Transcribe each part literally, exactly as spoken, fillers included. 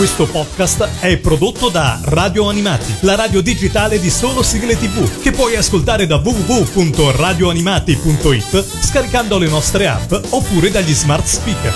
Questo podcast è prodotto da Radio Animati, la radio digitale di solo sigle tivù, che puoi ascoltare da w w w punto radio animati punto i t scaricando le nostre app oppure dagli smart speaker.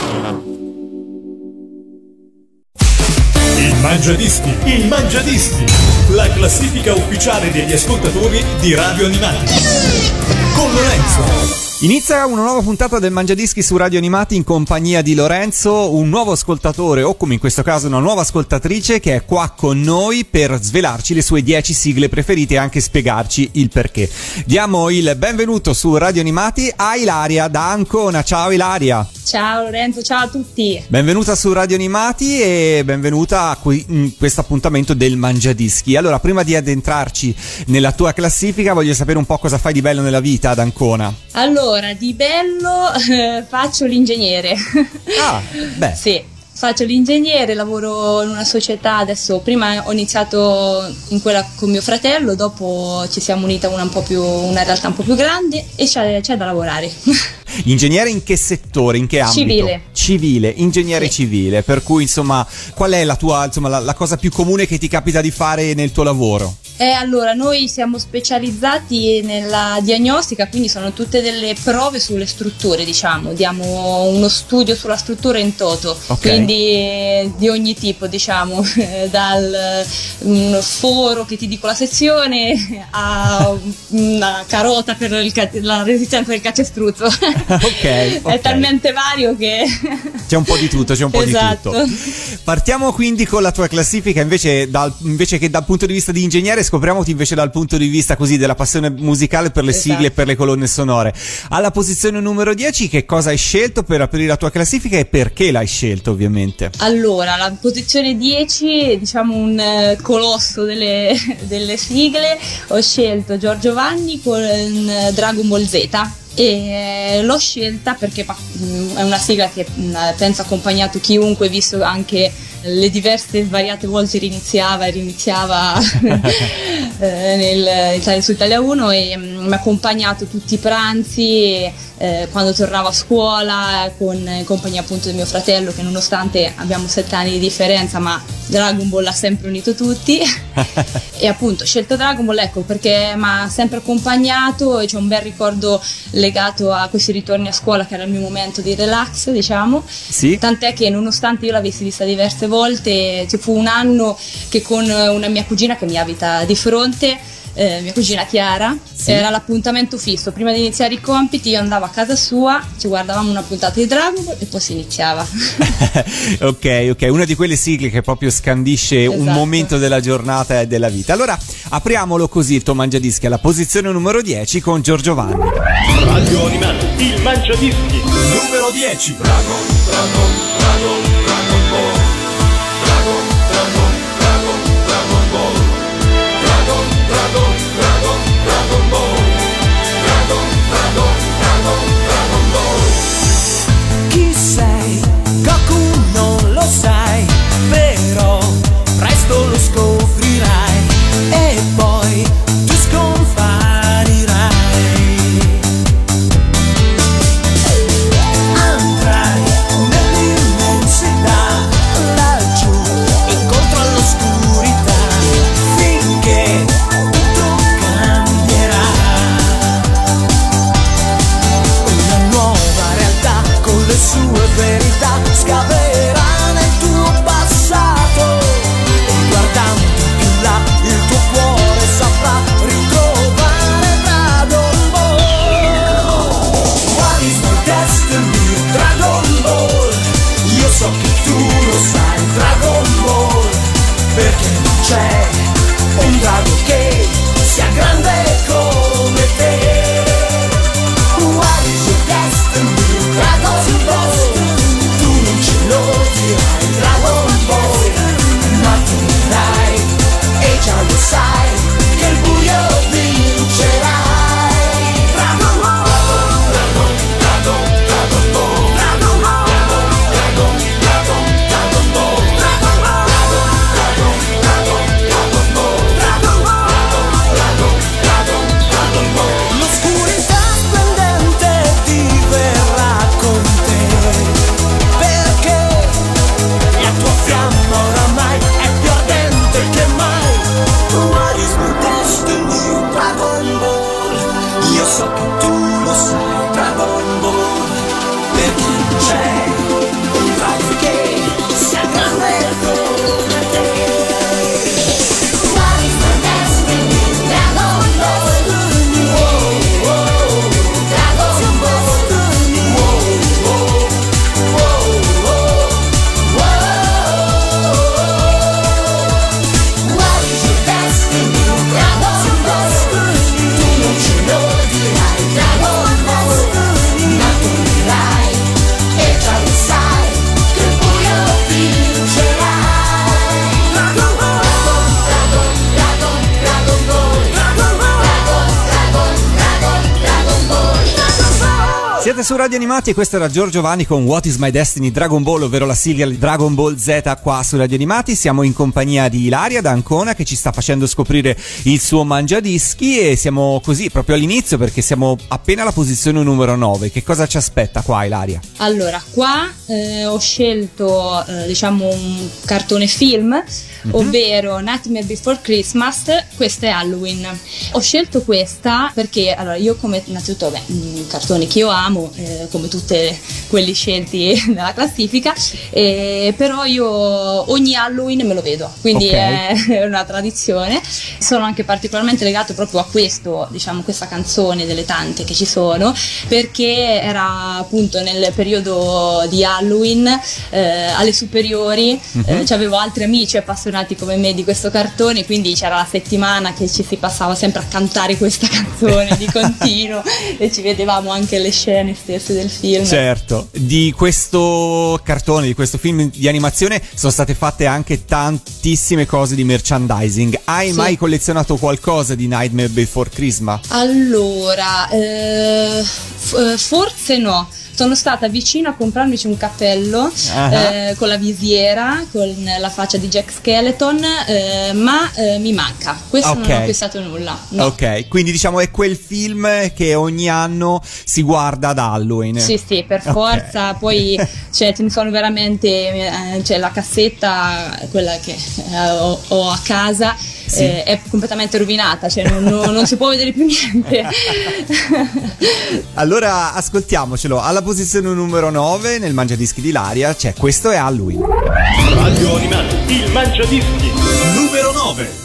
Il Mangiadischi, il Mangiadischi, la classifica ufficiale degli ascoltatori di Radio Animati. Con Lorenzo. Inizia una nuova puntata del Mangiadischi su Radio Animati in compagnia di Lorenzo, un nuovo ascoltatore o come in questo caso una nuova ascoltatrice che è qua con noi per svelarci le sue dieci sigle preferite e anche spiegarci il perché. Diamo il benvenuto su Radio Animati a Ilaria da Ancona. Ciao Ilaria. Ciao Lorenzo, ciao a tutti. Benvenuta su Radio Animati e benvenuta a qui, in questo appuntamento del Mangiadischi. Allora, prima di addentrarci nella tua classifica, voglio sapere un po' cosa fai di bello nella vita ad Ancona. Allora, di bello eh, faccio l'ingegnere. Ah, beh. Sì. Faccio l'ingegnere, lavoro in una società adesso, prima ho iniziato in quella con mio fratello, dopo ci siamo unita una un po' più, una realtà un po' più grande e c'è, c'è da lavorare. Ingegnere in che settore, in che ambito? Civile. Civile, ingegnere sì. civile, per cui insomma qual è la tua, insomma la, la cosa più comune che ti capita di fare nel tuo lavoro? Eh, allora, noi siamo specializzati nella diagnostica, quindi sono tutte delle prove sulle strutture, diciamo, diamo uno studio sulla struttura in toto, okay. Quindi di ogni tipo, diciamo, dal un foro che ti dico la sezione a una carota per il, la resistenza del calcestruzzo. Okay, okay. È talmente vario che c'è un po' di tutto, c'è un po' esatto. di tutto. Partiamo quindi con la tua classifica, invece, dal, invece che dal punto di vista di ingegnere, scopriamoti invece dal punto di vista così della passione musicale per le esatto. sigle e per le colonne sonore. Alla posizione numero dieci, che cosa hai scelto per aprire la tua classifica e perché l'hai scelto, ovviamente? Allora, la posizione dieci, diciamo un eh, colosso delle, delle sigle, ho scelto Giorgio Vanni con eh, Dragon Ball Z. E l'ho scelta perché è una sigla che penso ha accompagnato chiunque, visto anche le diverse svariate volte riniziava e riniziava nel, su Italia uno e mi ha accompagnato tutti i pranzi eh, quando tornavo a scuola con, in compagnia appunto di mio fratello, che nonostante abbiamo sette anni di differenza ma Dragon Ball ha sempre unito tutti. E appunto ho scelto Dragon Ball ecco perché mi ha sempre accompagnato e c'è un bel ricordo legato a questi ritorni a scuola che era il mio momento di relax, diciamo. Sì. Tant'è che nonostante io l'avessi vista diverse volte, ci fu un anno che con una mia cugina che mi abita di fronte, eh, mia cugina Chiara, sì. Era l'appuntamento fisso, prima di iniziare i compiti io andavo a casa sua, ci guardavamo una puntata di Dragon Ball e poi si iniziava. ok, ok, una di quelle sigle che proprio scandisce esatto. un momento della giornata e della vita. Allora apriamolo così il tuo Mangiadischi alla posizione numero dieci con Giorgio Vanni. Radio Animati, il Mangiadischi numero dieci. Dragon, Dragon, Dragon, Dragon Ball. Dragon, Dragon, Dragon, Dragon Ball. Dragon, Dragon, Dragon, Dragon Ball. Dragon, Dragon, Dragon, Dragon Ball. Chi sei? Goku non lo sai, però presto lo scoprirai e poi tu scomparirai. Andrai nell'immensa Siete su Radio Animati e questo era Giorgio Vanni con What is My Destiny Dragon Ball, ovvero la sigla di Dragon Ball Z qua su Radio Animati. Siamo in compagnia di Ilaria da Ancona che ci sta facendo scoprire il suo mangiadischi e siamo così proprio all'inizio perché siamo appena alla posizione numero nove. Che cosa ci aspetta qua, Ilaria? Allora, qua eh, ho scelto eh, diciamo un cartone film, mm-hmm. ovvero Nightmare Before Christmas. Questo è Halloween. Ho scelto questa perché allora io come innanzitutto beh, un cartone che io amo Eh, come tutte quelli scelti nella classifica, eh, però io ogni Halloween me lo vedo, quindi okay. è una tradizione. Sono anche particolarmente legato proprio a questo, diciamo, questa canzone delle tante che ci sono, perché era appunto nel periodo di Halloween, eh, alle superiori, mm-hmm. eh, avevo altri amici appassionati come me di questo cartone, quindi c'era la settimana che ci si passava sempre a cantare questa canzone di continuo e ci vedevamo anche le scene stesse del film. Certo, di questo cartone, di questo film di animazione sono state fatte anche tantissime cose di merchandising. Hai sì. mai collezionato qualcosa di Nightmare Before Christmas? Allora, eh, f- forse no. Sono stata vicino a comprarmici un cappello uh-huh. eh, con la visiera, con la faccia di Jack Skeleton, eh, ma eh, mi manca. Questo okay. non ho acquistato nulla. No. Ok, quindi diciamo è quel film che ogni anno si guarda ad Halloween. Sì, sì, per forza. Okay. Poi cioè, ce ne sono veramente, eh, c'è la cassetta, quella che eh, ho, ho a casa. Sì. Eh, è completamente rovinata, cioè non, non, non si può vedere più niente. Allora ascoltiamocelo. Alla posizione numero nove nel mangiadischi di Ilaria c'è Questo è Halloween. Radio Animati, il mangiadischi numero nove.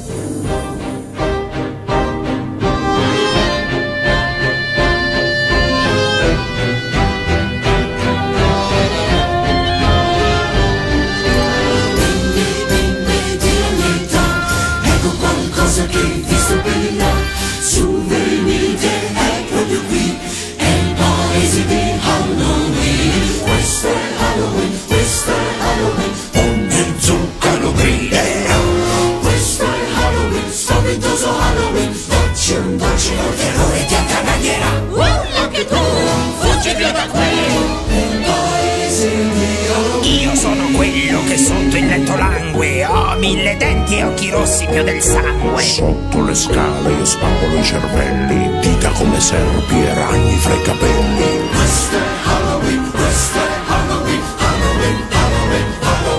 Mille denti e occhi rossi più del sangue. Sotto le scale io spappolo i cervelli, dita come serpi e ragni fra i capelli. Questo è Halloween, questo è Halloween, Halloween, Halloween,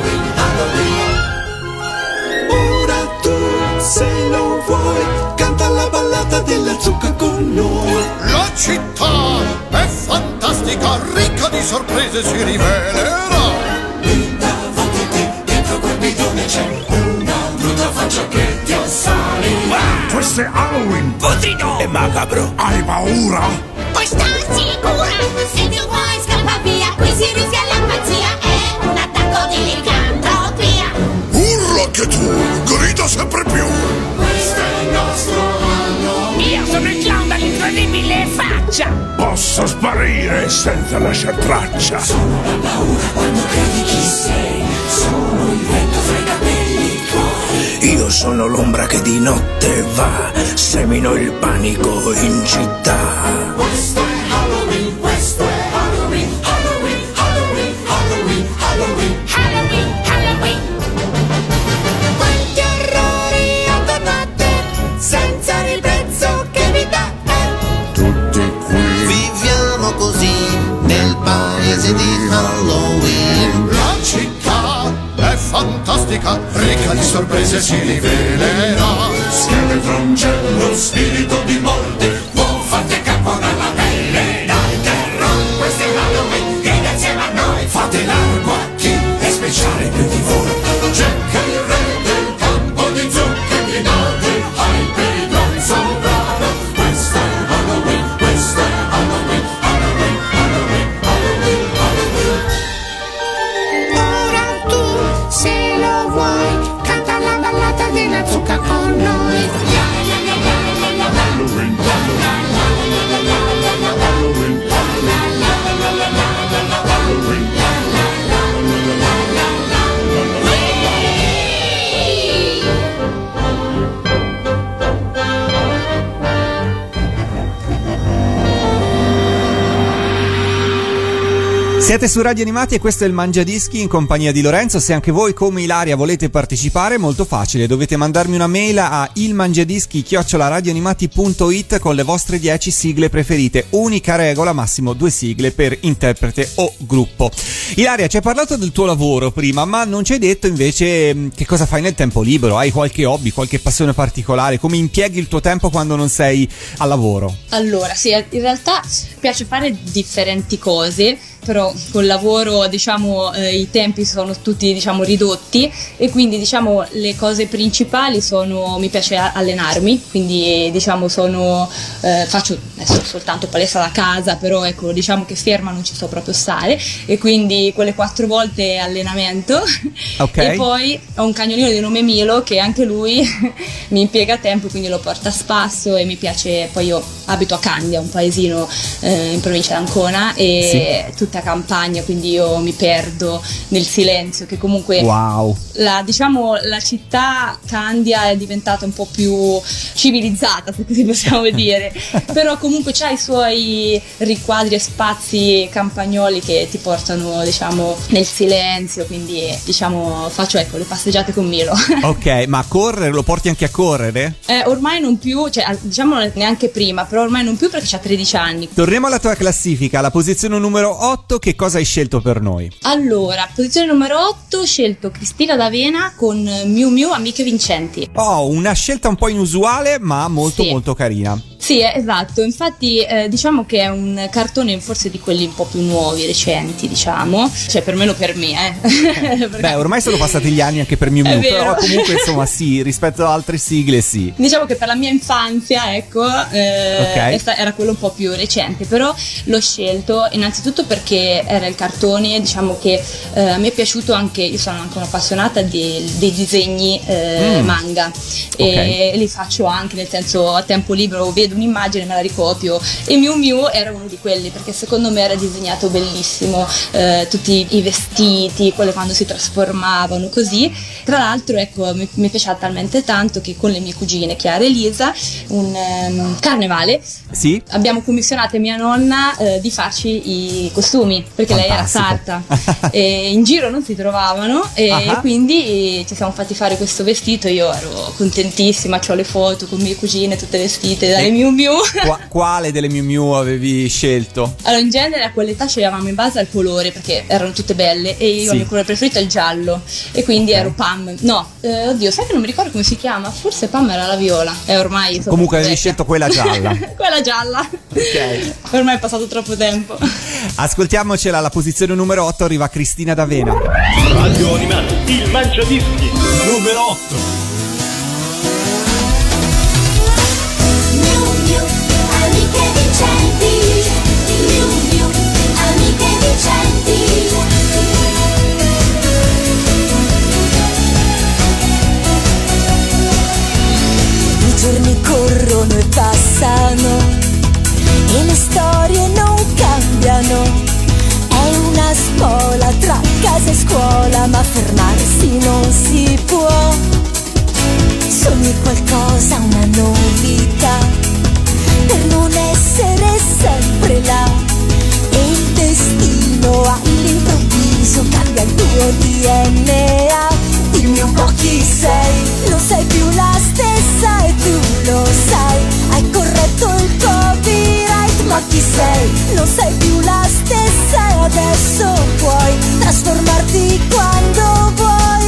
Halloween, Halloween. Ora tu, se lo vuoi, canta la ballata della zucca con noi. La città è fantastica, ricca di sorprese, si rivelerà. C'è una brutta faccia che ti assali. Ah, questo è Halloween putrido e macabro. Hai paura? Puoi star sicura, se tu vuoi scappa via. Qui si rischia la pazzia, è un attacco di licantropia. Urla che tu, grida sempre più. Questo è il nostro anno. Io sono il clown dall'incredibile faccia. Posso sparire senza lasciar traccia. Sono la paura quando credi chi sei. Sono il vento fra i capelli tuoi. Io sono l'ombra che di notte va, semino il panico in città. Questo è Halloween, questo è Halloween, Halloween, Halloween, Halloween, Halloween, Halloween, Halloween. Quanti orrori attorno a te, senza il prezzo che vi dà. Tutti qui viviamo così nel paese di Halloween. La città è fantastica, ricca di sorprese, si rivelerà. Scheletron c'è lo spirito di morte, può farti capo dalla pelle dal terror. Questo è Halloween, grida insieme a noi, fate largo a chi è speciale più di voi. Jack è il re del campo di zucche, gridate ai Pedron sovrano. Questo è Halloween, questo è Halloween, Halloween, Halloween, Halloween, Halloween. Ora tu, se lo vuoi, canta la ballata della zucca con noi. Siete su Radio Animati e questo è il Mangiadischi in compagnia di Lorenzo. Se anche voi come Ilaria volete partecipare è molto facile, dovete mandarmi una mail a ilmangiadischi chiocciola radioanimati punto it con le vostre dieci sigle preferite. Unica regola, massimo due sigle per interprete o gruppo. Ilaria, ci hai parlato del tuo lavoro prima, ma non ci hai detto invece che cosa fai nel tempo libero. Hai qualche hobby, qualche passione particolare? Come impieghi il tuo tempo quando non sei al lavoro? Allora, sì, in realtà piace fare differenti cose, però col lavoro diciamo eh, i tempi sono tutti diciamo ridotti e quindi diciamo le cose principali sono, mi piace allenarmi, quindi diciamo sono eh, faccio adesso soltanto palestra da casa, però ecco diciamo che ferma non ci so proprio stare e quindi quelle quattro volte allenamento. Okay. E poi ho un cagnolino di nome Milo che anche lui mi impiega tempo, quindi lo porta a spasso e mi piace. Poi io abito a Candia, un paesino eh, in provincia d'Ancona e sì. Tutta campagna, quindi io mi perdo nel silenzio, che comunque wow. la, diciamo, la città Candia è diventata un po' più civilizzata, se così possiamo dire, però comunque c'ha i suoi riquadri e spazi campagnoli che ti portano diciamo nel silenzio, quindi diciamo faccio ecco le passeggiate con Milo. Ok, ma correre lo porti anche a correre? Eh, ormai non più, cioè diciamo neanche prima, però ormai non più perché c'ha tredici anni. Torniamo alla tua classifica, la posizione numero otto, che cosa hai scelto per noi? Allora, posizione numero otto, ho scelto Cristina D'Avena con Miu Miu Amiche Vincenti. Oh, una scelta un po' inusuale ma molto sì. molto carina. Sì, esatto, infatti eh, diciamo che è un cartone forse di quelli un po' più nuovi, recenti diciamo, cioè perlomeno per me eh. Beh, ormai sono passati gli anni anche per Miu Miu, però comunque insomma sì, rispetto ad altre sigle sì. Diciamo che per la mia infanzia ecco eh, okay. era quello un po' più recente, però l'ho scelto innanzitutto perché era il cartone diciamo che eh, a me è piaciuto anche, io sono anche un'appassionata di, dei disegni eh, mm. manga okay. e li faccio anche, nel senso a tempo libero vedo un'immagine me la ricopio e Miu Miu era uno di quelli perché secondo me era disegnato bellissimo, eh, tutti i vestiti, quelle quando si trasformavano così. Tra l'altro ecco mi, mi piaceva talmente tanto che con le mie cugine Chiara e Elisa un um, carnevale sì. abbiamo commissionato a mia nonna eh, di farci i costumi perché fantastico. Lei era sarta e in giro non si trovavano e uh-huh. quindi ci siamo fatti fare questo vestito. Io ero contentissima, ho le foto con mie cugine tutte vestite dalle Miu Miu. Qua, quale delle Miu Miu avevi scelto? Allora in genere a quell'età sceglievamo in base al colore perché erano tutte belle e io sì. il mio colore preferito è il giallo e quindi okay. ero Pam. No, eh, oddio, sai che non mi ricordo come si chiama? Forse Pam era la viola. E eh, ormai comunque avevi scelto quella gialla. Quella gialla. Ok. Ormai è passato troppo tempo. Ascoltiamocela, alla posizione numero otto arriva Cristina D'Avena. Radio Animati, il Mangiadischi numero otto. Amiche vincenti, Miu Miu, amiche vincenti. I giorni corrono e passano e le storie non cambiano. È una spola tra casa e scuola, ma fermarsi non si può. Sogni qualcosa, una novità, per non essere sempre là, e il destino all'improvviso cambia il tuo D N A. Dimmi un po' chi sei, non sei più la stessa e tu lo sai. Hai corretto il copyright, ma chi sei? Non sei più la stessa e adesso puoi trasformarti quando vuoi.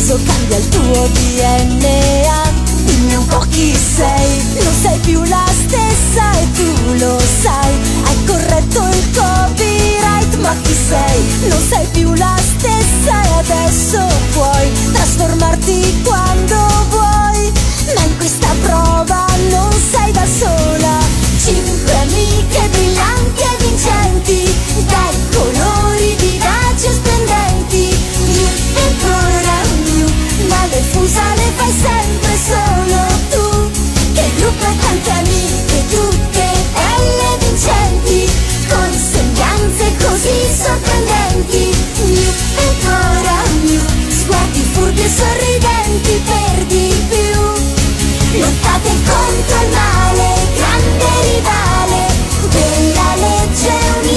caso cambia il tuo D N A. Dimmi un po' chi sei, non sei più la stessa e tu lo sai. Hai corretto il copyright, ma chi sei? Non sei più la stessa e adesso puoi trasformarti quando vuoi. Ma in questa prova non sei da sola. Cinque amiche brillanti e vincenti, dai colori vivaci e splendenti. Miu e ancora Miu, dalle fusa le fai sempre solo tu. Che gruppo e tante amiche, tutte belle e vincenti, con sembianze così sorprendenti. Miu e ancora Miu, sguardi furbi e sorridenti per di più. Lottate contro il male, grande rivale della legge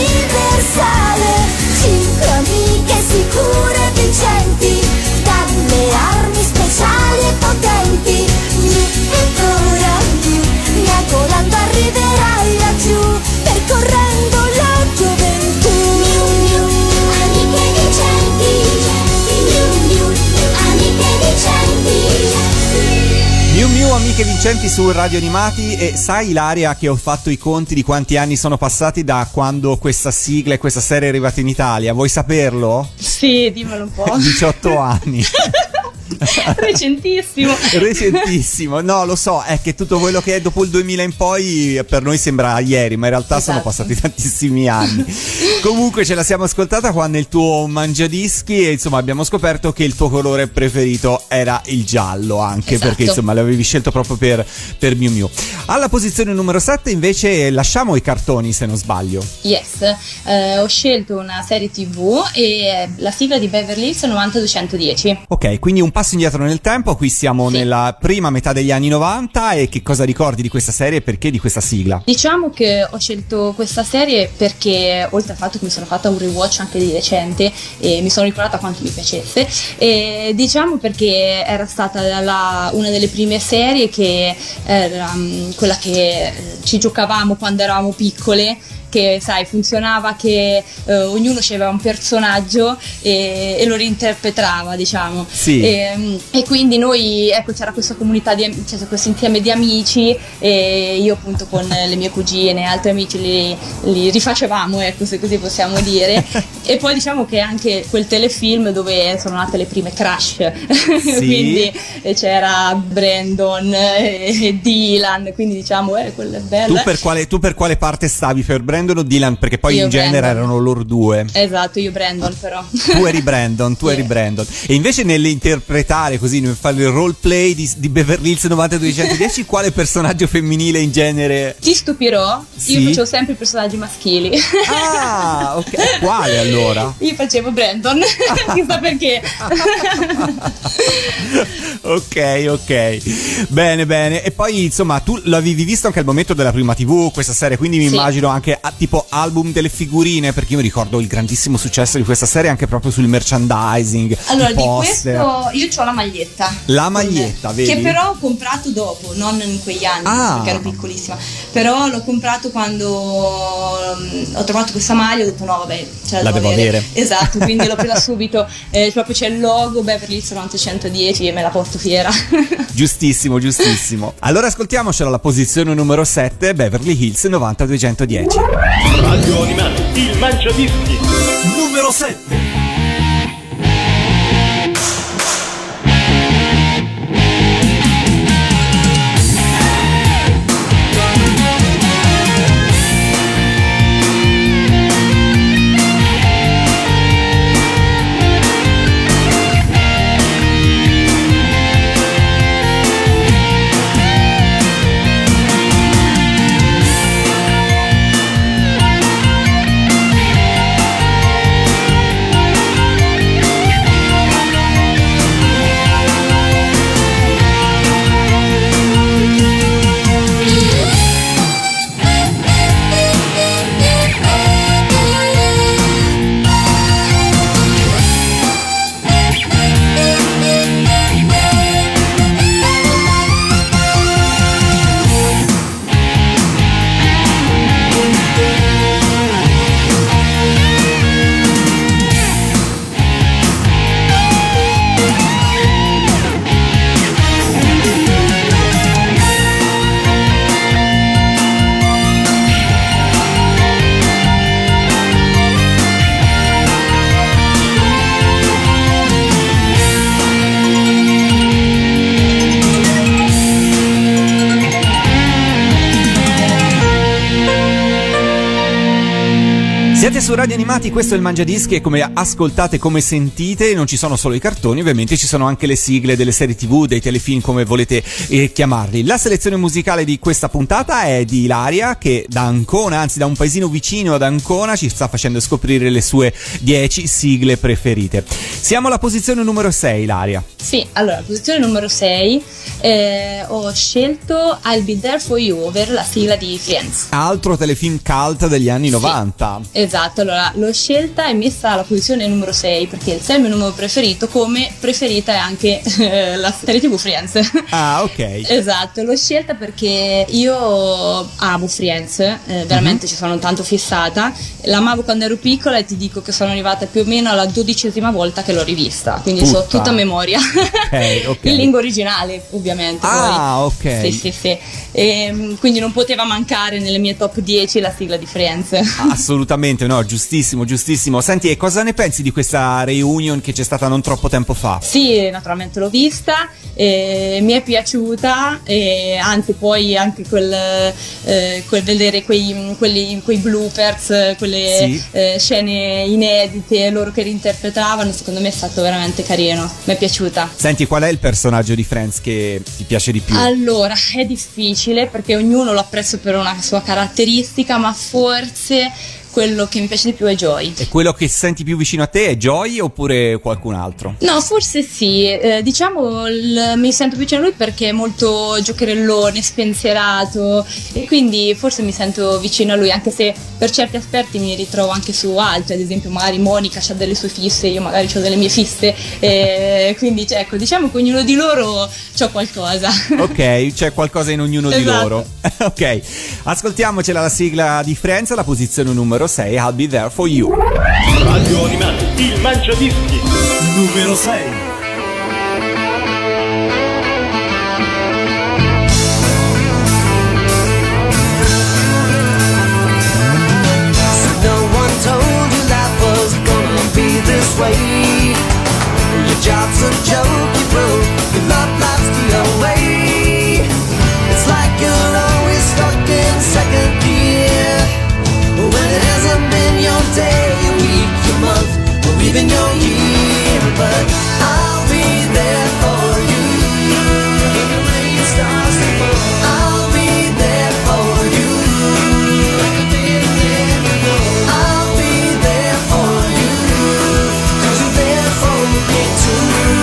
universale. Cinque amiche sicure e vincenti, dalle armi speciali e potenti. Miu e ancora Miu, miagolando arriverai laggiù, percorrendo la gioventù. Miu Miu, amiche vincenti. Miu Miu, amiche vincenti. Miu Miu, amiche vincenti su Radio Animati. E sai, Ilaria, che ho fatto i conti di quanti anni sono passati da quando questa sigla e questa serie è arrivata in Italia? Vuoi saperlo? Sì, dimmelo un po'. diciotto anni. Recentissimo. Recentissimo. No, lo so, è che tutto quello che è dopo il duemila in poi per noi sembra ieri, ma in realtà esatto, sono passati tantissimi anni. Comunque ce la siamo ascoltata qua nel tuo Mangiadischi e insomma abbiamo scoperto che il tuo colore preferito era il giallo, anche esatto, perché insomma l'avevi scelto proprio per, per Miu Miu. Alla posizione numero sette invece lasciamo i cartoni, se non sbaglio. Yes, eh, ho scelto una serie tv e la sigla di Beverly Hills novanta duecentodieci. Ok, quindi un passo indietro nel tempo, qui siamo sì, nella prima metà degli anni novanta. E che cosa ricordi di questa serie e perché di questa sigla? Diciamo che ho scelto questa serie perché, oltre al fatto che mi sono fatta un rewatch anche di recente e mi sono ricordata quanto mi piacesse, e diciamo perché era stata la, una delle prime serie che era um, quella che ci giocavamo quando eravamo piccole, che sai funzionava che eh, ognuno aveva un personaggio e, e lo reinterpretava, diciamo, sì. e, e quindi noi, ecco, c'era questa comunità di, cioè, questo insieme di amici e io appunto con le mie cugine e altri amici li, li rifacevamo, ecco, se così possiamo dire. E poi diciamo che anche quel telefilm dove sono nate le prime crush, sì. Quindi c'era Brandon e Dylan, quindi diciamo eh, quella è bella. Tu per quale, tu per quale parte stavi? Per Brandon o Dylan? Perché poi io in genere Brandon. Erano loro due. Esatto, io Brandon però. Tu eri Brandon, tu yeah. eri Brandon. E invece nell'interpretare così, nel fare il roleplay di, di Beverly Hills novanta duecentodieci, quale personaggio femminile in genere? Ti stupirò, sì? Io facevo sempre i personaggi maschili. Ah, ok. Quale allora? Io facevo Brandon, chissà perché. Ok, ok. Bene, bene. E poi insomma tu l'avevi visto anche al momento della prima tivù questa serie, quindi mi sì. immagino anche a, tipo album delle figurine, perché io mi ricordo il grandissimo successo di questa serie anche proprio sul merchandising. Allora di questo io ho la maglietta. La maglietta, con, vedi? Che però ho comprato dopo, non in quegli anni, ah. perché ero piccolissima. Però l'ho comprato quando um, ho trovato questa maglia, ho detto no vabbè, ce la, la devo avere. avere. Esatto, quindi l'ho presa subito, eh, proprio c'è il logo Beverly Hills novanta duecentodieci e me la porto fiera. Giustissimo, giustissimo. Allora ascoltiamocela alla posizione numero sette, Beverly Hills novanta duecentodieci. Radio Animati, il Mangiadischi numero sette. We'll be right back. su Radio Animati, questo è il Mangiadischi e come ascoltate, come sentite, non ci sono solo i cartoni, ovviamente ci sono anche le sigle delle serie tv, dei telefilm, come volete eh, chiamarli. La selezione musicale di questa puntata è di Ilaria, che da Ancona, anzi da un paesino vicino ad Ancona, ci sta facendo scoprire le sue dieci sigle preferite. Siamo alla posizione numero sei, Ilaria. Sì, allora, posizione numero sei, eh, ho scelto I'll Be There For You, ovvero la sigla di Friends. Altro telefilm cult degli anni Sì, novanta. Esatto, allora l'ho scelta e messa alla posizione numero sei perché il sei è il mio numero preferito, come preferita è anche eh, la serie tv Friends. Ah, ok. Esatto, l'ho scelta perché io amo Friends, eh, veramente Mhm. ci sono tanto fissata, l'amavo quando ero piccola e ti dico che sono arrivata più o meno alla dodicesima volta che l'ho rivista, quindi so Putta. tutta a memoria. Ok, ok. In lingua originale, ovviamente. Ah, poi. ok. Sì, sì, sì. E, quindi non poteva mancare nelle mie top dieci la sigla di Friends. Assolutamente, no, giustissimo, giustissimo. Senti, e cosa ne pensi di questa reunion che c'è stata non troppo tempo fa? Sì, naturalmente l'ho vista, eh, mi è piaciuta, e anzi poi anche quel, eh, quel vedere quei, quelli, quei bloopers, quelle Sì. eh, scene inedite, loro che reinterpretavano, secondo me è stato veramente carino, mi è piaciuta. Senti, qual è il personaggio di Friends che ti piace di più? Allora, è difficile perché ognuno lo apprezzo per una sua caratteristica, ma forse quello che mi piace di più è Joy. E quello che senti più vicino a te è Joy oppure qualcun altro? No, forse sì, eh, diciamo il- mi sento vicino a lui perché è molto giocherellone, spensierato e quindi forse mi sento vicino a lui, anche se per certi aspetti mi ritrovo anche su altri, ad esempio magari Monica ha delle sue fisse, io magari ho delle mie fisse, eh, quindi cioè, ecco, diciamo che ognuno di loro c'ha qualcosa. Ok, c'è qualcosa in ognuno di Esatto. loro. Ok, ascoltiamocela la sigla di Friends, la posizione numero sei, I'll Be There For You. Radio Animati, il Mangiadischi. Numero sei. No one told you life was gonna be this way. Your job's a joke you broke, your love life's the away. It's like you're always stuck in second gear, when it hasn't been your day, your week, your month, or even your year. But I'll be there for you when the rain starts to fall. I'll be there for you like I've been there before. I'll be there for you 'cause you're there for me too.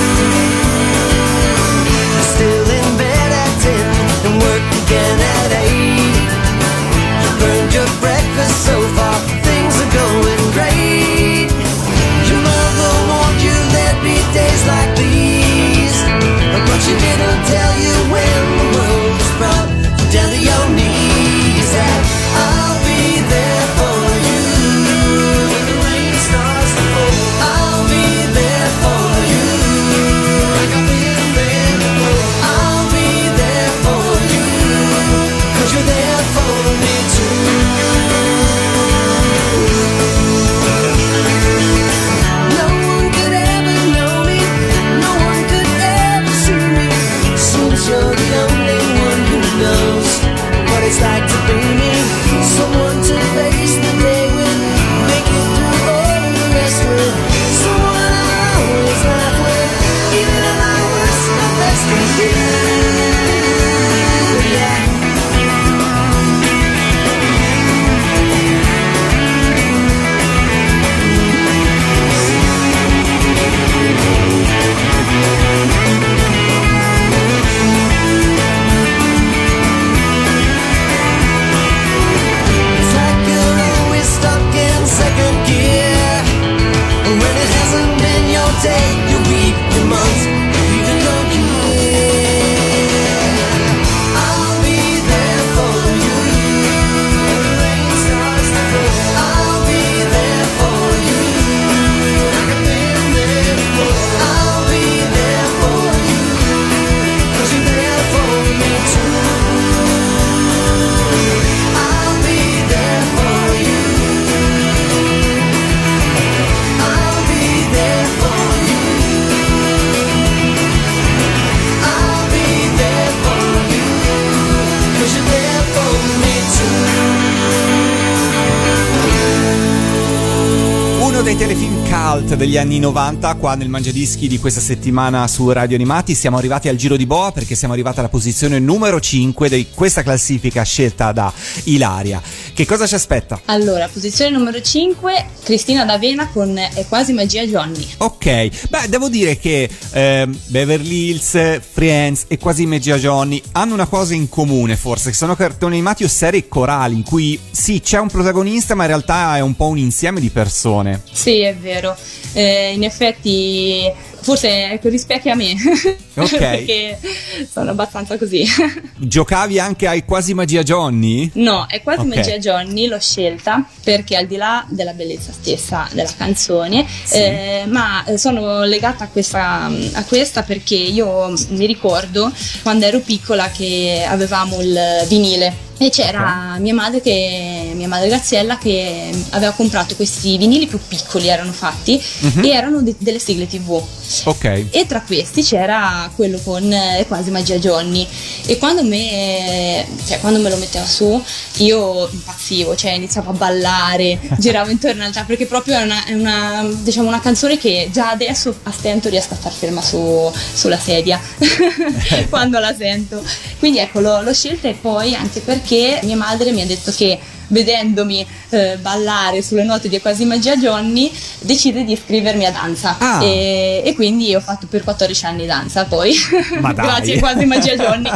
cult degli anni novanta qua nel Mangiadischi di questa settimana su Radio Animati. Siamo arrivati al giro di boa perché siamo arrivati alla posizione numero cinque di questa classifica scelta da Ilaria. Che cosa ci aspetta? Allora, posizione numero cinque, Cristina D'Avena con È quasi magia Johnny. Ok, beh, devo dire che eh, Beverly Hills, Friends e Quasi magia Johnny hanno una cosa in comune, forse, che sono cartoni animati o serie corali in cui sì, c'è un protagonista ma in realtà è un po' un insieme di persone. Sì, è vero. Eh, in effetti forse rispecchia me. Ok. Perché sono abbastanza così. Giocavi anche ai Quasi magia Johnny? No, È quasi Ok. magia Johnny l'ho scelta perché al di là della bellezza stessa della canzone, Sì. eh, ma sono legata a questa, a questa perché io mi ricordo quando ero piccola che avevamo il vinile. E c'era mia madre che mia madre Graziella che aveva comprato questi vinili più piccoli, erano fatti Mhm. e erano de- delle sigle tivù. Ok. E tra questi c'era quello con eh, Quasi magia Johnny. E quando me, cioè, quando me lo metteva su, io impazzivo, cioè iniziavo a ballare, giravo intorno al tavolo, perché proprio è una, è una, diciamo, una canzone che già adesso a stento riesco a star ferma su, sulla sedia quando la sento. Quindi ecco, l'ho, l'ho scelta, e poi anche perché mia madre mi ha detto che vedendomi eh, ballare sulle note di Quasi magia Johnny decide di iscrivermi a danza. Ah. e, e quindi ho fatto per quattordici anni danza poi. Ma dai. Grazie a Quasi magia Johnny.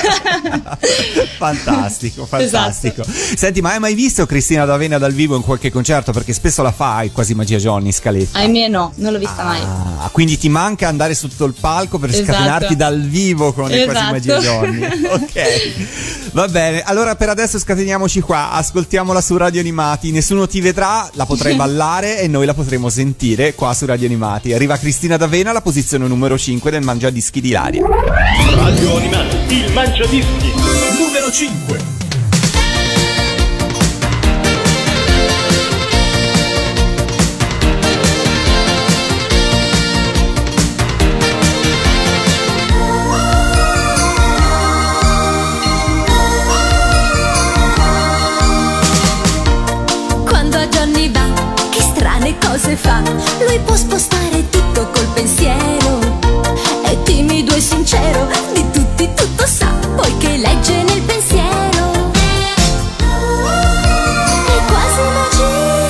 Fantastico, fantastico. Esatto. Senti, ma hai mai visto Cristina D'Avena dal vivo in qualche concerto? Perché spesso la fa ai Quasi magia Johnny, Scaletta. Ahimè no, non l'ho vista mai. Ah, quindi ti manca andare sotto il palco per Esatto. scatenarti dal vivo con i Quasi Esatto. magia Johnny. Ok, va bene. Allora per adesso scateniamoci qua, ascoltiamola su Radio Animati. Nessuno ti vedrà, la potrai ballare e noi la potremo sentire qua su Radio Animati. Arriva Cristina D'Avena alla posizione numero cinque del Mangiadischi di Ilaria. Radio Animati, il Mangiadischi. Numero cinque. Quando a Johnny va, che strane cose fa. Lui può spostare tutto col pensiero. È timido e sincero, di tutti tutto sa, poiché legge nel pensiero. È quasi magia,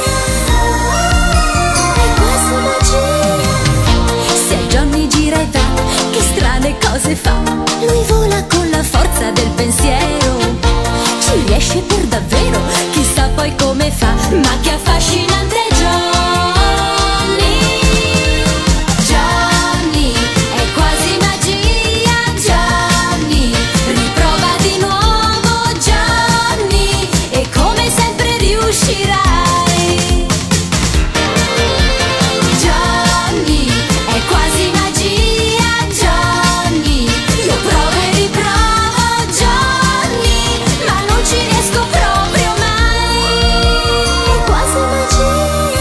è quasi magia. Se a Johnny gira e va, che strane cose fa. Lui vola con la forza del pensiero. Ci riesce per davvero, chissà poi come fa, ma che affascinante è Johnny. Johnny, è quasi magia, Johnny, riprova di nuovo Johnny, e come sempre riuscirai. Johnny, è quasi magia, Johnny, io provo e riprovo Johnny, ma non ci riesco proprio mai. È quasi magia,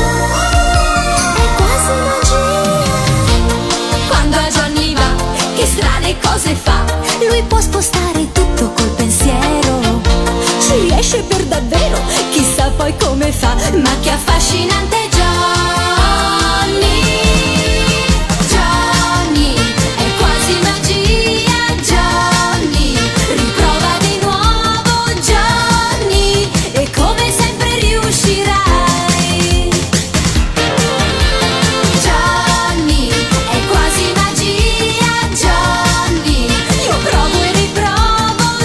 è quasi magia. Quando a Johnny va, che strane cose fa. Lui può spostare tutto col pensiero. Ci riesce per davvero, chissà poi come fa, ma che affascinante è Johnny. Johnny, è quasi magia, Johnny, riprova di nuovo Johnny, e come sempre riuscirai. Johnny, è quasi magia, Johnny, io provo e riprovo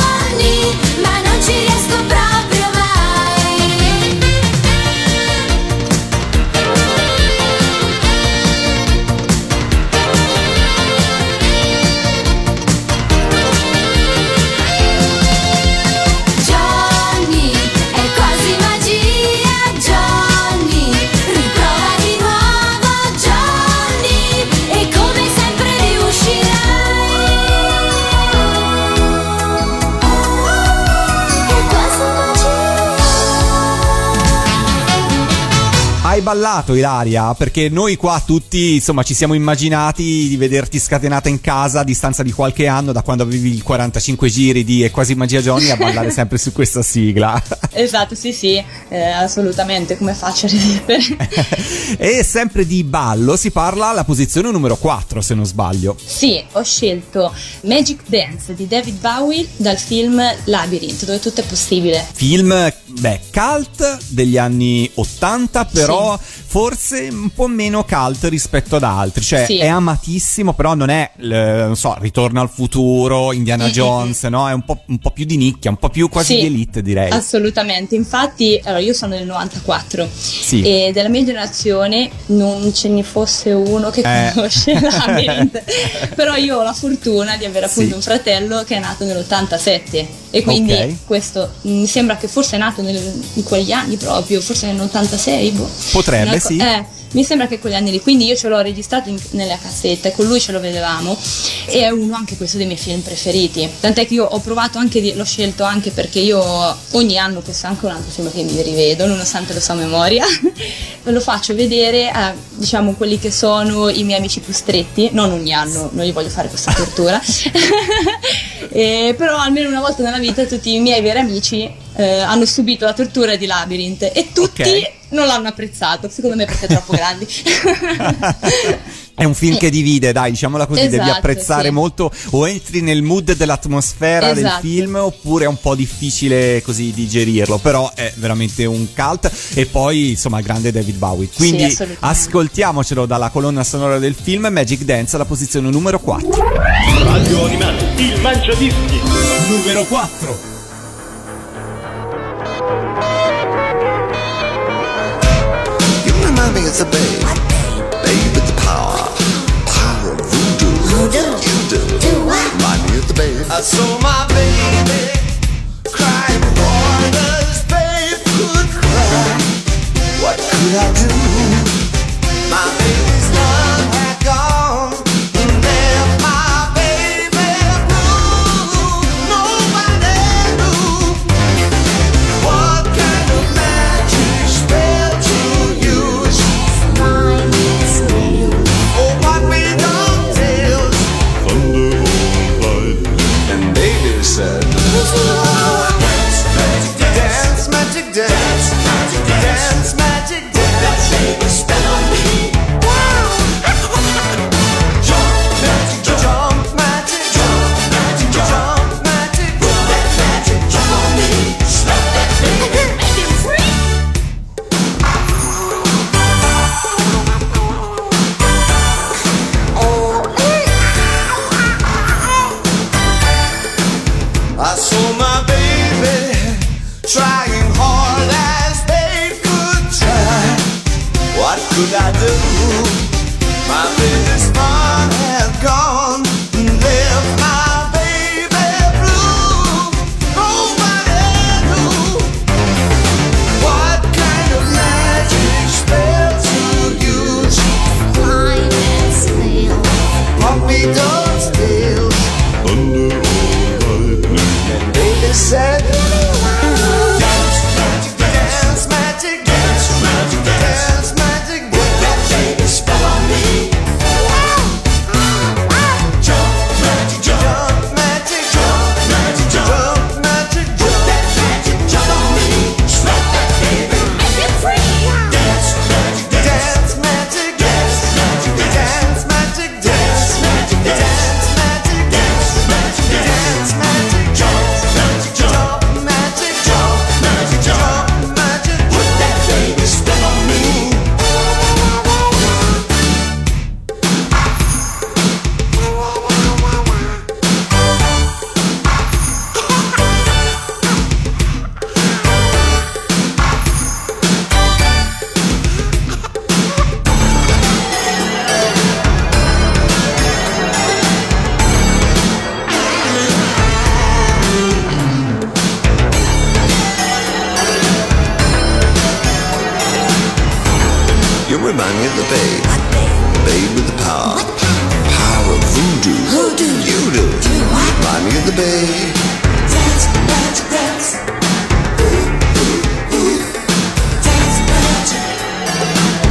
Johnny, ma non ci riesco proprio mai. ballato, Ilaria? Perché noi qua tutti, insomma, ci siamo immaginati di vederti scatenata in casa a distanza di qualche anno, da quando avevi il quarantacinque giri di È quasi magia Johnny, a ballare sempre su questa sigla. Esatto, sì sì, eh, assolutamente, come faccio a resistere? E sempre di ballo si parla alla posizione numero quattro, se non sbaglio. Sì, ho scelto Magic Dance di David Bowie dal film Labyrinth, dove tutto è possibile. Film, beh, cult degli anni ottanta, però sì, forse un po' meno cult rispetto ad altri, cioè sì, è amatissimo, però non è, eh, non so, Ritorno al futuro, Indiana Jones, no? È un po', un po' più di nicchia, un po' più quasi sì, di elite, direi. Assolutamente, infatti, allora io sono del novantaquattro, sì, e della mia generazione non ce ne fosse uno che eh. conosce Labyrinth, però io ho la fortuna di avere appunto sì, un fratello che è nato nell'ottantasette e quindi okay, questo mi sembra che forse è nato nel, in quegli anni proprio, forse nell'ottantasei, boh. Potrebbe, Una, sì. Eh, mi sembra che quegli anni lì, quindi io ce l'ho registrato in, nella cassetta e con lui ce lo vedevamo, e è uno anche questo dei miei film preferiti, tant'è che io ho provato anche di, l'ho scelto anche perché io ogni anno, questo è anche un altro film che mi rivedo nonostante lo so a memoria, lo faccio vedere a, diciamo, quelli che sono i miei amici più stretti, non ogni anno, non gli voglio fare questa tortura e, però almeno una volta nella vita tutti i miei veri amici eh, hanno subito la tortura di Labyrinth e tutti okay, non l'hanno apprezzato, secondo me perché è troppo grandi. È un film che divide, dai, diciamola così, esatto, devi apprezzare, sì, molto, o entri nel mood dell'atmosfera, esatto, del film, oppure è un po' difficile così digerirlo, però è veramente un cult. E poi insomma grande David Bowie, quindi sì, ascoltiamocelo dalla colonna sonora del film Magic Dance alla posizione numero quattro. Radio Animati, il Mangiadischi numero quattro. It's a babe, babe with the power, power of voodoo. Voodoo? You do. Do what? Remind me of the babe. I saw my baby crying waters, babe could cry. What could I do? My baby's love had gone and left my baby blue. Nobody knew what kind of magic spell to use. Oh, what we don't tell. Thunder or lightning. And baby said, dance, magic dance, magic dance, magic dance, magic dance, baby spell on me. Jump, magic jump, magic jump, magic jump, magic put that magic jump on me. Slap that baby, make him free. I saw my baby trying hard as babe could try. What could I do? My baby's fun had gone and left my baby blue. Nobody knew what kind of magic spell to use. Blind and snail, puppy dog steal. Thunder or lightning. And baby said, dance, magic dance, magic dance, magic dance, magic dance. Put that baby spell on me. Jump, magic jump, magic jump, magic jump, magic jump. Put that magic jump on me. Slap that baby, make it free. Dance, magic dance, magic dance, magic dance, magic dance, magic dance, magic dance, magic dance, magic jump, magic jump, magic jump, magic jump, magic. Put that baby spell on me. You remind me of the babe, babe with the power, power of voodoo. Voodoo, you do. Remind me of the babe. Dance, magic dance. Ooh, ooh, ooh. Dance, magic.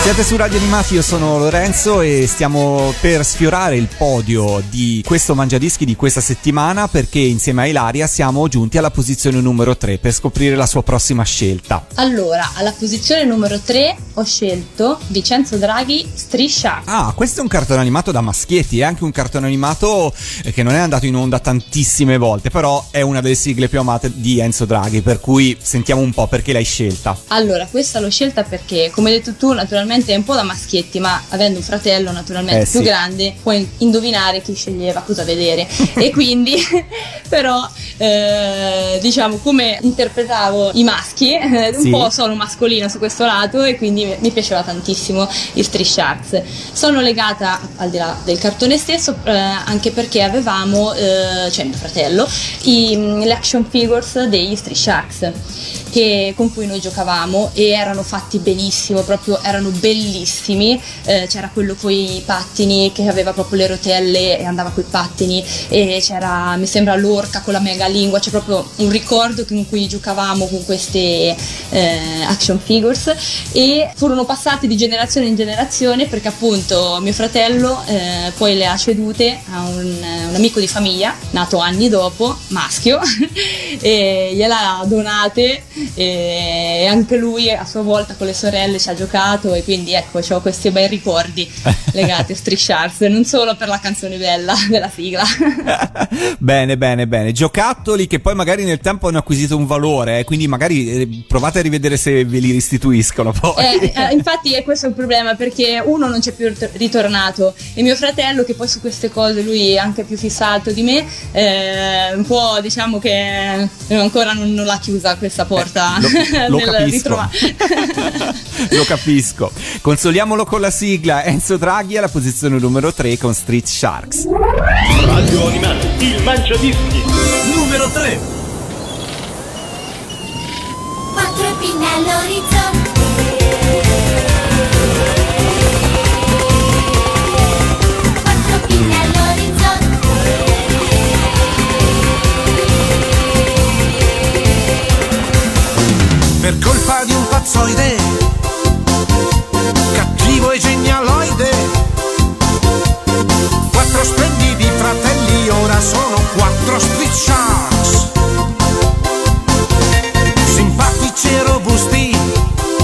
Siete su Radio Animati, io sono Lorenzo e stiamo per sfiorare il podio di questo Mangiadischi di questa settimana, perché insieme a Ilaria siamo giunti alla posizione numero tre per scoprire la sua prossima scelta. Allora, alla posizione numero tre ho scelto Vincenzo Draghi, Striscia. Ah, questo è un cartone animato da maschietti, è anche un cartone animato che non è andato in onda tantissime volte, però è una delle sigle più amate di Enzo Draghi, per cui sentiamo un po' perché l'hai scelta. Allora, questa l'ho scelta perché, come hai detto tu, naturalmente è un po' da maschietti, ma avendo un fratello naturalmente Eh, più sì. grande, puoi indovinare chi sceglieva cosa vedere. E quindi, però, eh, diciamo, come interpretavo i maschi, eh, un Sì. po' sono mascolina su questo lato, e quindi mi piaceva tantissimo gli Street Sharks. Sono legata, al di là del cartone stesso, eh, anche perché avevamo, eh, cioè mio fratello, i, le action figures degli Street Sharks, che, con cui noi giocavamo, e erano fatti benissimo, proprio erano bellissimi. Eh, c'era quello con i pattini che aveva proprio le rotelle e andava coi pattini, e c'era, mi sembra, l'orca con la mega lingua. C'è proprio un ricordo in cui giocavamo con queste eh, action figures, e furono passate di generazione in generazione, perché appunto mio fratello eh, poi le ha cedute a un, un amico di famiglia nato anni dopo, maschio, e gliela ha donate, e anche lui a sua volta con le sorelle ci ha giocato, e quindi ecco, ho questi bei ricordi legati a Street Sharks, non solo per la canzone bella della sigla. Bene, bene, bene. Giocattoli che poi magari nel tempo hanno acquisito un valore, eh, quindi magari eh, provate a rivedere se ve li restituiscono poi. Eh, eh, infatti è questo il problema, perché uno non c'è più ritornato, e mio fratello, che poi su queste cose lui è anche più fissato di me, eh, un po', diciamo che ancora non, non l'ha chiusa questa porta. Eh, lo, lo nel capisco. ritrova- Lo capisco. Consoliamolo con la sigla. Enzo Draghi alla posizione numero tre con Street Sharks. Radio Animati, il Mangiadischi. Numero tre. Quattro pinne all'orizzonte, quattro pinne all'orizzonte, Per colpa di un pazzoide, cattivo e genialoide, quattro splendidi fratelli ora sono quattro Street Sharks. Simpatici e robusti,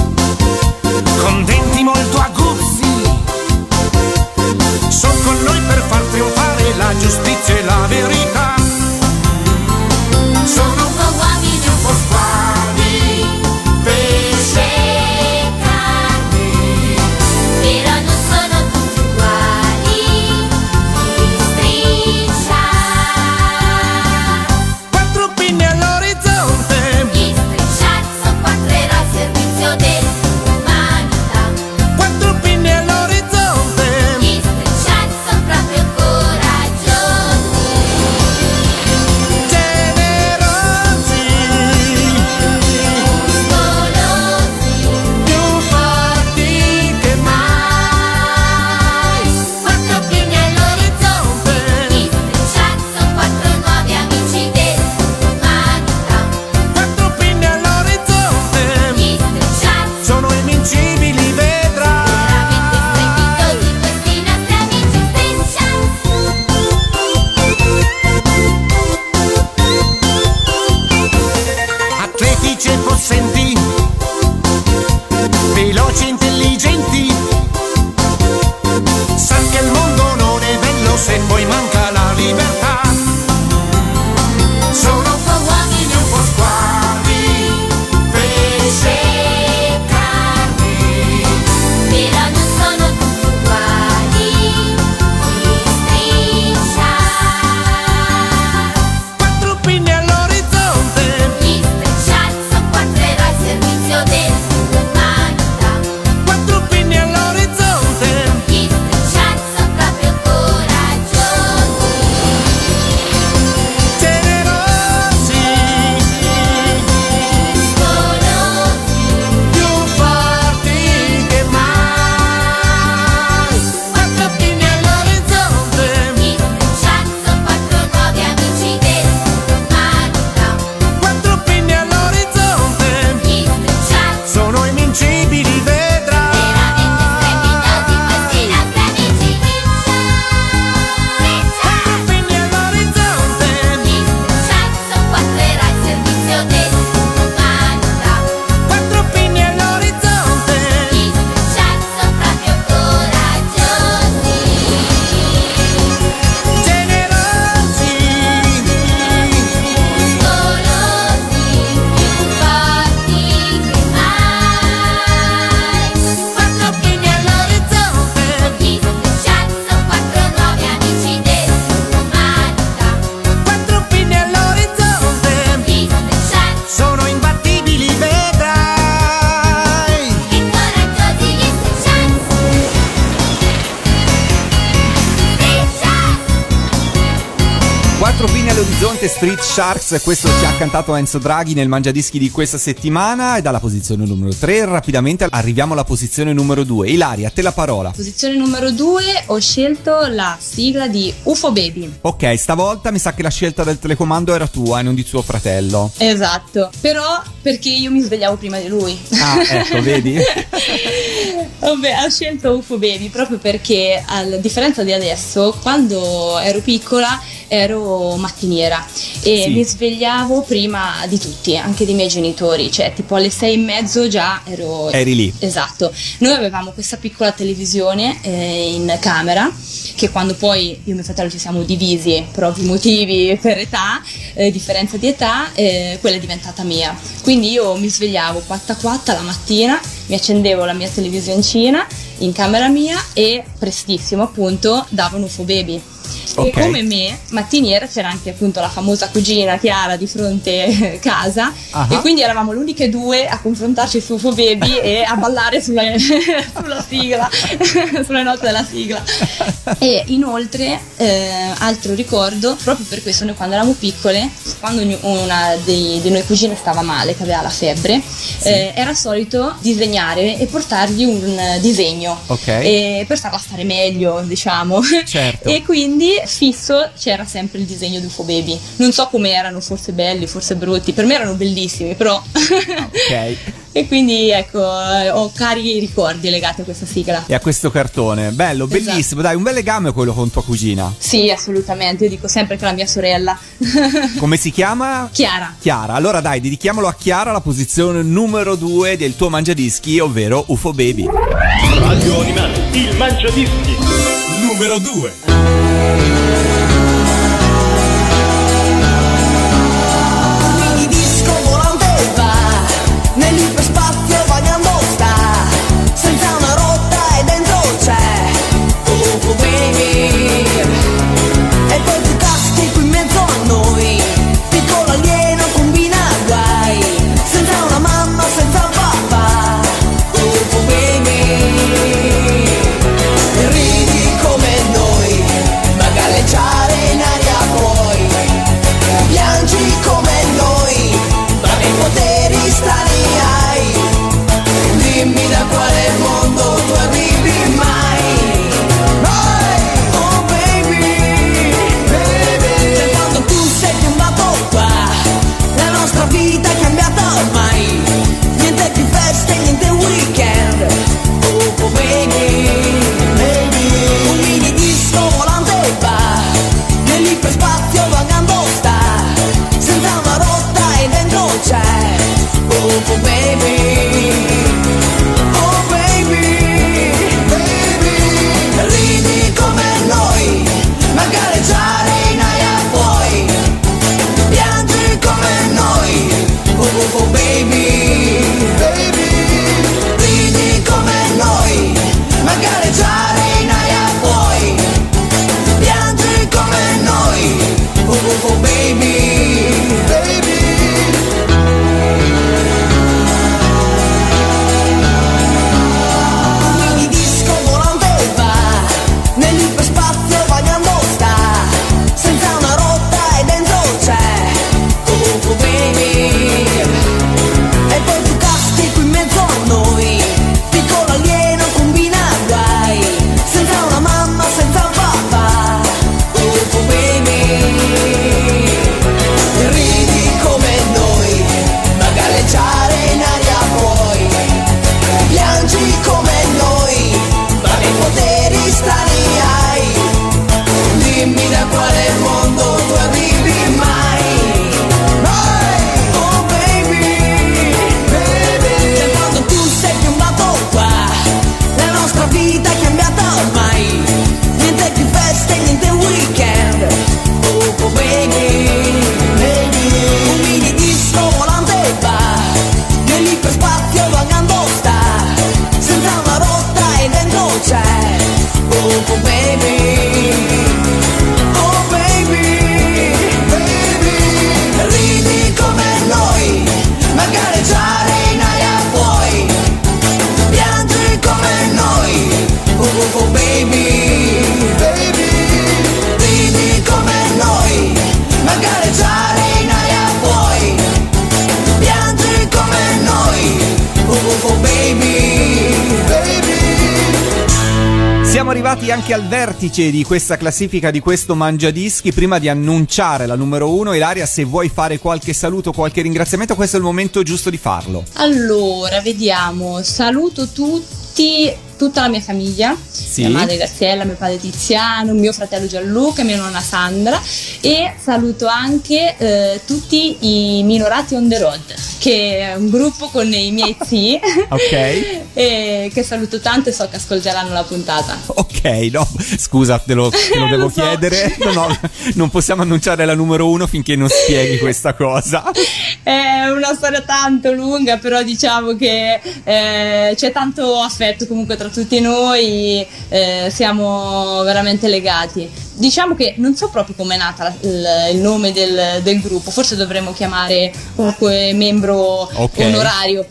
Altro fine all'orizzonte, Street Sharks, questo ci ha cantato Enzo Draghi nel Mangiadischi di questa settimana, e dalla posizione numero tre rapidamente arriviamo alla posizione numero due. Ilaria, a te la parola. Posizione numero due ho scelto la sigla di U F O Baby. Ok, stavolta mi sa che la scelta del telecomando era tua e non di suo fratello. Esatto, però perché io mi svegliavo prima di lui. Ah, ecco, vedi? Vabbè, ho scelto U F O Baby proprio perché, a differenza di adesso, quando ero piccola ero mattiniera e Sì. mi svegliavo prima di tutti, anche dei miei genitori, cioè tipo alle sei e mezzo già ero... Eri lì. Esatto, noi avevamo questa piccola televisione eh, in camera, che quando poi io e mio fratello ci siamo divisi per ovvi motivi, per età, eh, differenza di età, eh, quella è diventata mia. Quindi io mi svegliavo quatta quatta la mattina, mi accendevo la mia televisioncina in camera mia e prestissimo appunto davano U F O Baby. Ok. E come me, mattiniera, c'era anche appunto la famosa cugina Chiara di fronte eh, casa, Ah. e quindi eravamo le uniche due a confrontarci su U F O Baby e a ballare sulla, sulla sigla, sulle note della sigla. E inoltre, eh, altro ricordo, proprio per questo, noi quando eravamo piccole, quando ogni- una dei, dei noi cugine stava male, che aveva la febbre, eh, era solito disegnare e portargli un eh, disegno, Ok. e per farla stare meglio, diciamo. Certo. E quindi fisso c'era sempre il disegno di U F O Baby. Non so come erano, forse belli, forse brutti, per me erano bellissimi, però. Ok. E quindi ecco, eh, ho cari ricordi legati a questa sigla. E a questo cartone, bello, Esatto. bellissimo, dai, un bel legame quello con tua cugina. Sì, assolutamente, io dico sempre che è la mia sorella. Come si chiama? Chiara. Chiara, allora dai, dedichiamolo a Chiara, la posizione numero due del tuo Mangiadischi, ovvero U F O Baby. Radio Animati, il Mangiadischi. Numero due. Mini disco volante va nell'iperspazio bagnando sta, senza una rotta e dentro c'è U F O Baby. E poi tu caschi qui in mezzo a noi, piccolo alieno combina guai, senza una mamma, senza un papà, U F O Baby. E ridi come noi, ma galleggiare Siamo arrivati anche al vertice di questa classifica, di questo Mangiadischi. Prima di annunciare la numero uno, Ilaria, se vuoi fare qualche saluto, qualche ringraziamento, questo è il momento giusto di farlo. Allora, vediamo. Saluto tutti, tutta la mia famiglia, sì. Mia madre Graziella, mio padre Tiziano, mio fratello Gianluca, mia nonna Sandra, e saluto anche eh, tutti i Minorati on the Road, che è un gruppo con i miei zii. Ok. E che saluto tanto e so che ascolteranno la puntata. Ok, no, scusa, te lo, te lo devo lo so. chiedere. No, no, non possiamo annunciare la numero uno finché non spieghi questa cosa. È una storia tanto lunga, però diciamo che eh, c'è tanto affetto comunque tra tutti noi, eh, siamo veramente legati. Diciamo che non so proprio com'è nata il, il nome del, del gruppo, forse dovremmo chiamare comunque membro okay. onorario.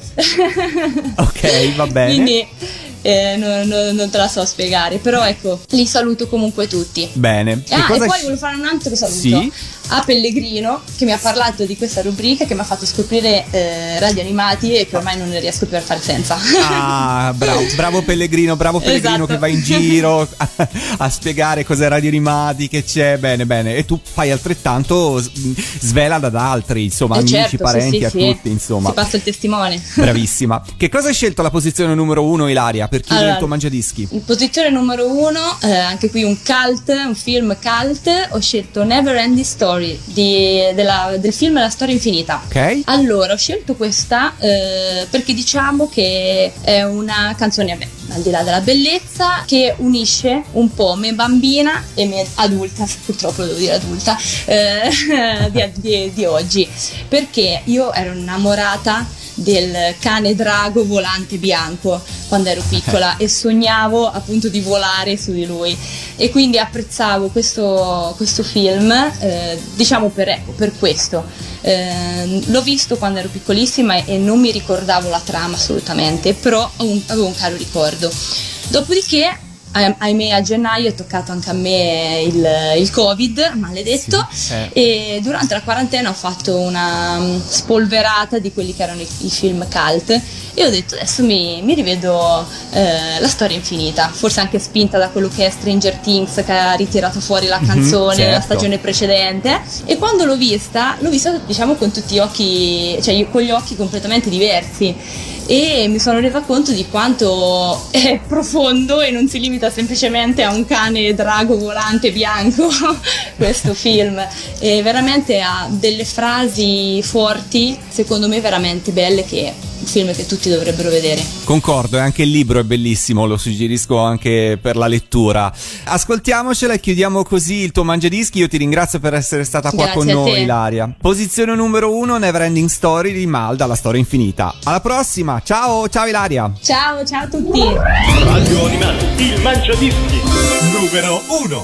Ok, va bene. Quindi eh, non, non, non te la so spiegare, però ecco, li saluto comunque tutti. Bene. Ah, e, e poi c- volevo fare un altro saluto. Sì? A Pellegrino, che mi ha parlato di questa rubrica, che mi ha fatto scoprire eh, Radio Animati e che ormai non ne riesco più a fare senza. Ah, bravo, bravo Pellegrino, bravo Pellegrino, esatto. Che va in giro a, a spiegare cos'è Radio Animati, che c'è, bene, bene. E tu fai altrettanto, svela ad altri, insomma, eh amici, certo, parenti, sì, sì, a sì. tutti, insomma. Si passa il testimone. Bravissima. Che cosa hai scelto alla posizione numero uno, Ilaria, per chiudere allora, il tuo Mangiadischi? In posizione numero uno, eh, anche qui un cult, un film cult, ho scelto Never Ending Story di Della, del film La storia infinita. Ok. Allora ho scelto questa eh, perché diciamo che è una canzone, beh, al di là della bellezza, che unisce un po' me bambina e me adulta, purtroppo devo dire adulta, eh, di, di, di oggi, perché io ero innamorata del cane drago volante bianco quando ero piccola e sognavo appunto di volare su di lui, e quindi apprezzavo questo, questo film eh, diciamo per, ecco, per questo eh, l'ho visto quando ero piccolissima e, e non mi ricordavo la trama assolutamente, però un, avevo un caro ricordo. Dopodiché ahimè a gennaio è toccato anche a me il, il Covid maledetto, sì, eh. E durante la quarantena ho fatto una spolverata di quelli che erano i, i film cult e ho detto adesso mi, mi rivedo eh, La storia infinita, forse anche spinta da quello che è Stranger Things, che ha ritirato fuori la canzone, mm-hmm, certo. La stagione precedente, e quando l'ho vista l'ho vista diciamo con tutti gli occhi, cioè io, con gli occhi completamente diversi, e mi sono resa conto di quanto è profondo e non si limita semplicemente a un cane drago volante bianco questo film, e veramente ha delle frasi forti, secondo me veramente belle, che è un film che tutti dovrebbero vedere. Concordo, e anche il libro è bellissimo, lo suggerisco anche per la lettura. Ascoltiamocela e chiudiamo così il tuo Mangiadischi. Io ti ringrazio per essere stata qua Grazie con noi, te. Ilaria. Posizione numero uno, Never Ending Story di Malda, La storia infinita. Alla prossima, ciao, ciao Ilaria. Ciao, ciao a tutti. Radio Animati, il Mangiadischi numero uno.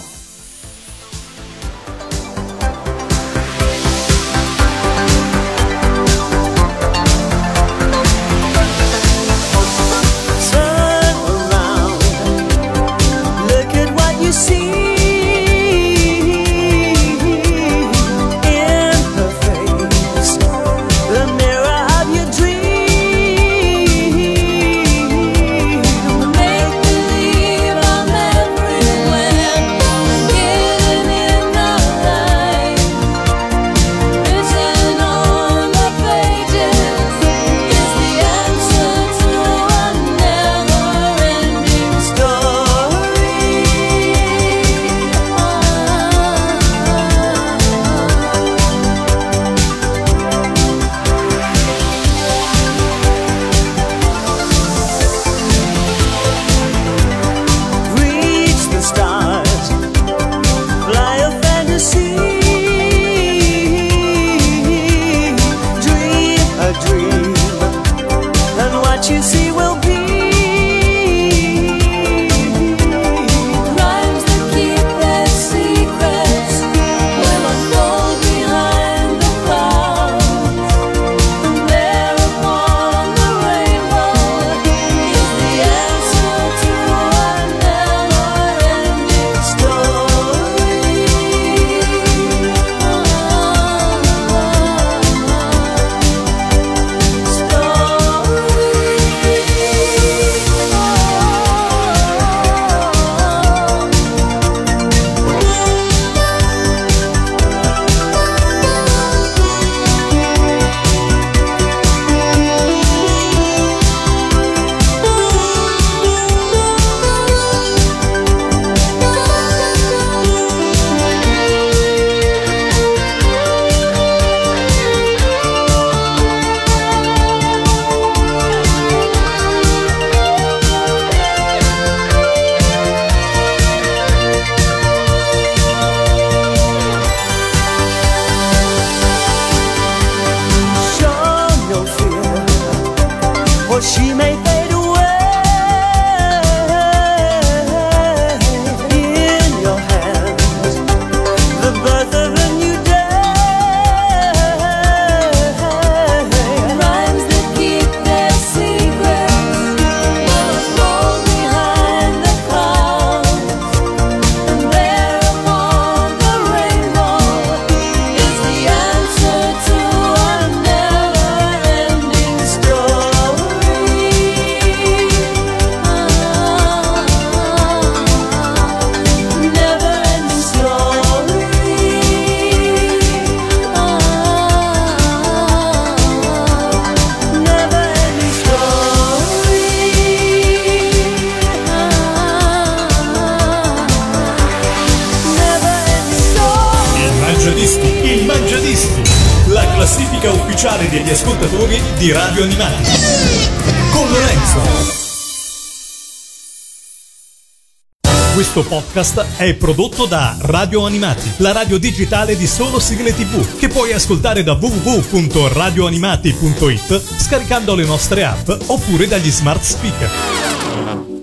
Make believe I'm everywhere. degli ascoltatori di Radio Animati. Con Lorenzo. Questo podcast è prodotto da Radio Animati, la radio digitale di solo sigle tivù, che puoi ascoltare da w w w punto radio animati punto it scaricando le nostre app oppure dagli smart speaker.